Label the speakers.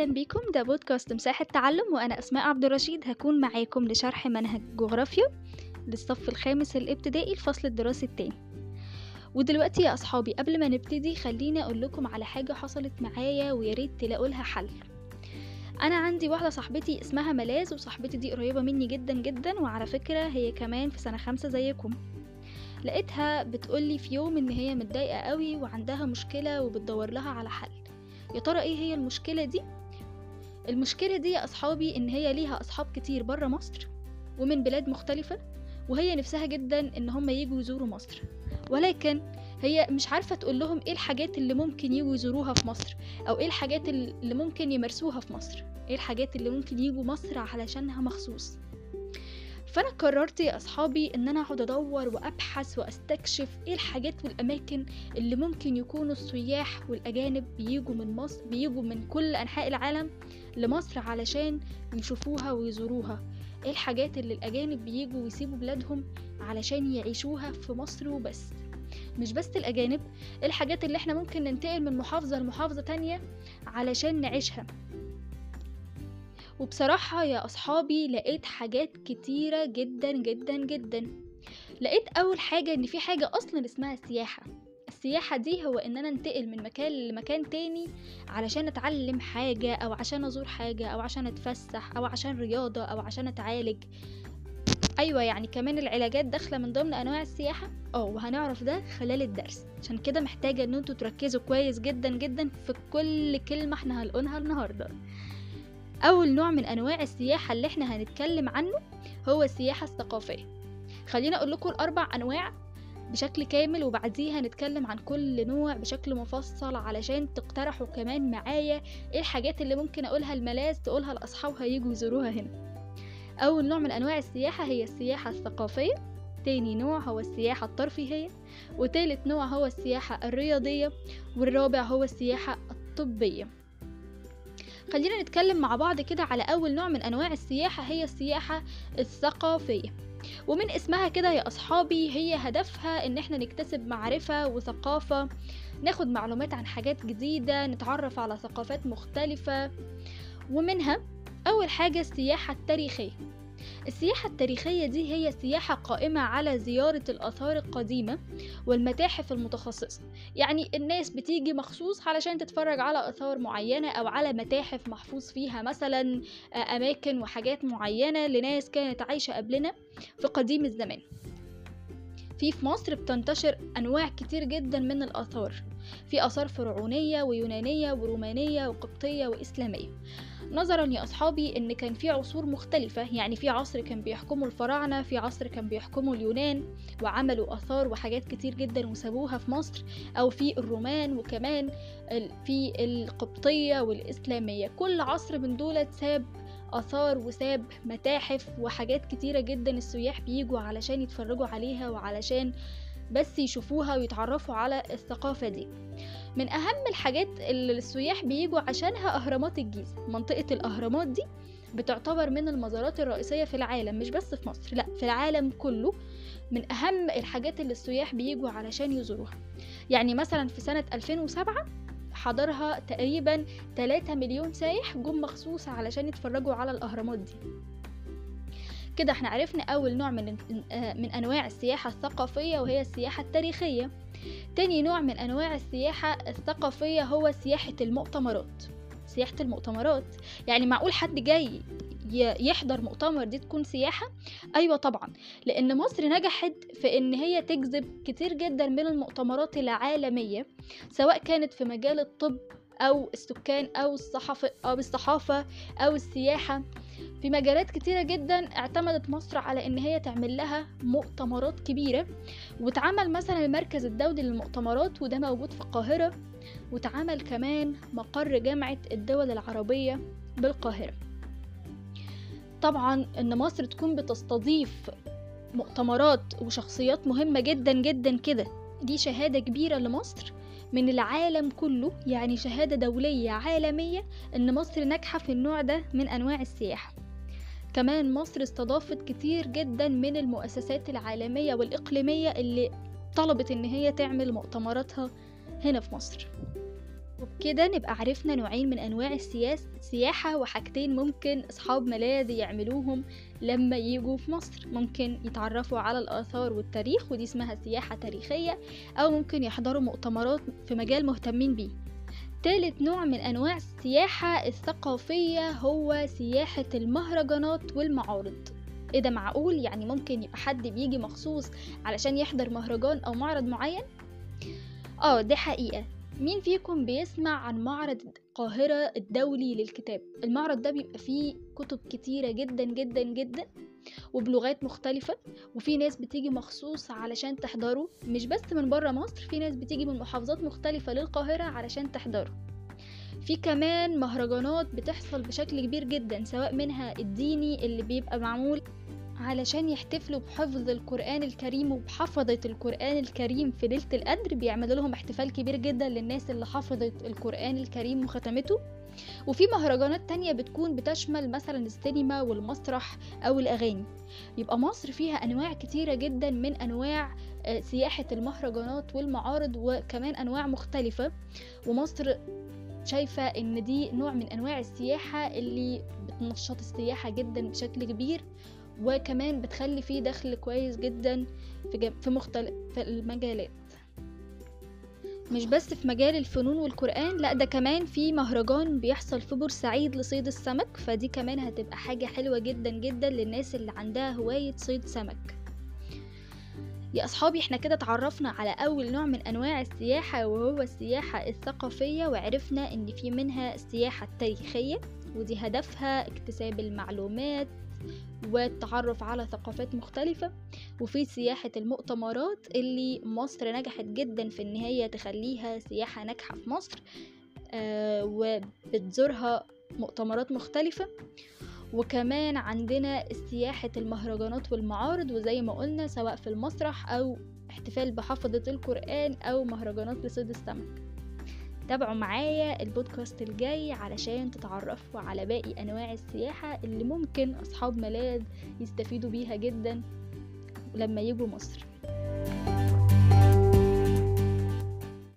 Speaker 1: بيكم، ده بودكاست مساحة تعلم، وأنا أسماء عبد الرشيد هكون معاكم لشرح منهج جغرافيا للصف الخامس الابتدائي الفصل الدراسي التاني. ودلوقتي يا أصحابي قبل ما نبتدي خليني أقول لكم على حاجة حصلت معايا وياريت تلاقوا لها حل. أنا عندي واحدة صاحبتي اسمها ملاذ، وصاحبتي دي قريبة مني جدا جدا، وعلى فكرة هي كمان في سنة 5 زيكم. لقيتها بتقولي في يوم إن هي متضايقة قوي وعندها مشكلة وبتدور لها على حل. يا ترى ايه هي المشكلة دي؟ المشكلة دي يا أصحابي إن هي ليها أصحاب كتير برا مصر ومن بلاد مختلفة، وهي نفسها جدا إن هم يجوا يزوروا مصر، ولكن هي مش عارفة تقول لهم إيه الحاجات اللي ممكن يجوا يزوروها في مصر، أو إيه الحاجات اللي ممكن يمارسوها في مصر، إيه الحاجات اللي ممكن يجوا مصر علشانها مخصوص. فأنا قررت يا أصحابي إن أنا أقعد أدور وأبحث وأستكشف إيه الحاجات والأماكن اللي ممكن يكونوا السياح والأجانب بيجوا من مصر، بيجوا من كل أنحاء العالم لمصر علشان يشوفوها ويزوروها. إيه الحاجات اللي الأجانب بيجوا ويسيبوا بلادهم علشان يعيشوها في مصر وبس، مش بس الأجانب، إيه الحاجات اللي إحنا ممكن ننتقل من محافظة لمحافظة تانية علشان نعيشها. وبصراحة يا أصحابي لقيت حاجات كتيرة جدا جدا جدا. لقيت أول حاجة إن في حاجة أصلا اسمها السياحة. السياحة دي هو إن أنا انتقل من مكان لمكان تاني علشان أتعلم حاجة، أو عشان أزور حاجة، أو عشان أتفسح، أو عشان رياضة، أو عشان أتعالج. أيوة، يعني كمان العلاجات داخلة من ضمن أنواع السياحة. وهنعرف ده خلال الدرس، عشان كده محتاجة إن انتوا تركزوا كويس جدا جدا في كل كلمة احنا هنقولها النهاردة. أول نوع من أنواع السياحة اللي احنا هنتكلم عنه هو السياحة الثقافية. خلينا أقول لكم الأربع أنواع بشكل كامل، وبعديها نتكلم عن كل نوع بشكل مفصل علشان تقترحوا كمان معايا ايه الحاجات اللي ممكن أقولها الملاذ تقولها لأصحابها يجوا يزوروها هنا. أول نوع من أنواع السياحة هي السياحة الثقافية، تاني نوع هو السياحة الترفيهية، وتالت نوع هو السياحة الرياضية، والرابع هو السياحة الطبية. خلينا نتكلم مع بعض كده على أول نوع من أنواع السياحة، هي السياحة الثقافية. ومن اسمها كده يا أصحابي هي هدفها إن احنا نكتسب معرفة وثقافة، ناخد معلومات عن حاجات جديدة، نتعرف على ثقافات مختلفة. ومنها أول حاجة السياحة التاريخية. السياحة التاريخية دي هي سياحة قائمة على زيارة الآثار القديمة والمتاحف المتخصصة. يعني الناس بتيجي مخصوص علشان تتفرج على آثار معينة، أو على متاحف محفوظ فيها مثلا أماكن وحاجات معينة لناس كانت عايشة قبلنا في قديم الزمان. في مصر بتنتشر أنواع كتير جدا من الآثار، في آثار فرعونية ويونانية ورومانية وقبطية وإسلامية. نظرا يا أصحابي إن كان في عصور مختلفة، يعني في عصر كان بيحكموا الفراعنة، في عصر كان بيحكموا اليونان وعملوا آثار وحاجات كتير جدا وسابوها في مصر، أو في الرومان، وكمان في القبطية والإسلامية. كل عصر من دول ساب آثار وساب متاحف وحاجات كتيرة جدا السياح بيجوا علشان يتفرجوا عليها وعلشان بس يشوفوها ويتعرفوا على الثقافة دي. من أهم الحاجات اللي السياح بيجوا عشانها أهرامات الجيزة. منطقة الأهرامات دي بتعتبر من المزارات الرئيسية في العالم، مش بس في مصر، لا في العالم كله، من أهم الحاجات اللي السياح بيجوا علشان يزوروها. يعني مثلا في سنة 2007 حضرها تقريبا 3 مليون سايح جم مخصوص علشان يتفرجوا على الأهرامات دي. كده احنا عرفنا أول نوع من أنواع السياحة الثقافية، وهي السياحة التاريخية. تاني نوع من أنواع السياحة الثقافية هو سياحة المؤتمرات. سياحة المؤتمرات يعني معقول حد جاي يحضر مؤتمر دي تكون سياحة؟ أيوة طبعا، لأن مصر نجحت في إن هي تجذب كتير جدا من المؤتمرات العالمية، سواء كانت في مجال الطب أو السكان أو الصحافة أو السياحة. في مجالات كتيرة جدا اعتمدت مصر على ان هي تعمل لها مؤتمرات كبيرة، وتعمل مثلا المركز الدولي للمؤتمرات وده موجود في القاهرة، وتعمل كمان مقر جامعة الدول العربية بالقاهرة. طبعا ان مصر تكون بتستضيف مؤتمرات وشخصيات مهمة جدا جدا كده، دي شهادة كبيرة لمصر من العالم كله، يعني شهادة دولية عالمية ان مصر ناجحة في النوع ده من انواع السياحة. كمان مصر استضافت كتير جدا من المؤسسات العالمية والإقليمية اللي طلبت ان هي تعمل مؤتمراتها هنا في مصر. وبكده نبقى عرفنا نوعين من أنواع السياحة، وحاجتين ممكن أصحاب ملاذ يعملوهم لما يجوا في مصر. ممكن يتعرفوا على الآثار والتاريخ، ودي اسمها سياحة تاريخية، أو ممكن يحضروا مؤتمرات في مجال مهتمين بيه. تالت نوع من أنواع السياحة الثقافية هو سياحة المهرجانات والمعارض. ايه ده، معقول؟ يعني ممكن يبقى حد بيجي مخصوص علشان يحضر مهرجان أو معرض معين؟ دي حقيقة. مين فيكم بيسمع عن معرض القاهرة الدولي للكتاب؟ المعرض ده بيبقى فيه كتب كتيرة جدا جدا جدا وبلغات مختلفة، وفي ناس بتيجي مخصوص علشان تحضره، مش بس من برا مصر، في ناس بتيجي من محافظات مختلفة للقاهرة علشان تحضره. في كمان مهرجانات بتحصل بشكل كبير جدا، سواء منها الديني اللي بيبقى معمول علشان يحتفلوا بحفظ القرآن الكريم وبحفظة القرآن الكريم في ليلة القدر، بيعملوا لهم احتفال كبير جدا للناس اللي حفظت القرآن الكريم وختمته. وفي مهرجانات تانية بتكون بتشمل مثلا السينما والمسرح أو الأغاني. يبقى مصر فيها أنواع كتيرة جدا من أنواع سياحة المهرجانات والمعارض، وكمان أنواع مختلفة. ومصر شايفة ان دي نوع من انواع السياحة اللي بتنشط السياحة جدا بشكل كبير، وكمان بتخلي فيه دخل كويس جدا في مختلف المجالات، مش بس في مجال الفنون والقرآن، لا ده كمان في مهرجان بيحصل في بورسعيد لصيد السمك، فدي كمان هتبقى حاجة حلوة جدا جدا للناس اللي عندها هواية صيد سمك. يا أصحابي، احنا كده اتعرفنا على أول نوع من أنواع السياحة، وهو السياحة الثقافية، وعرفنا إن في منها السياحة التاريخية، ودي هدفها اكتساب المعلومات والتعرف على ثقافات مختلفة. وفي سياحة المؤتمرات اللي مصر نجحت جدا في إن هي تخليها سياحة ناجحة في مصر، وبتزورها مؤتمرات مختلفة. وكمان عندنا سياحة المهرجانات والمعارض، وزي ما قلنا سواء في المسرح أو احتفال بحفظة القرآن أو مهرجانات لصيد السمك. تابعوا معايا البودكاست الجاي علشان تتعرفوا على باقي أنواع السياحة اللي ممكن أصحاب ملاذ يستفيدوا بيها جدا لما يجوا مصر.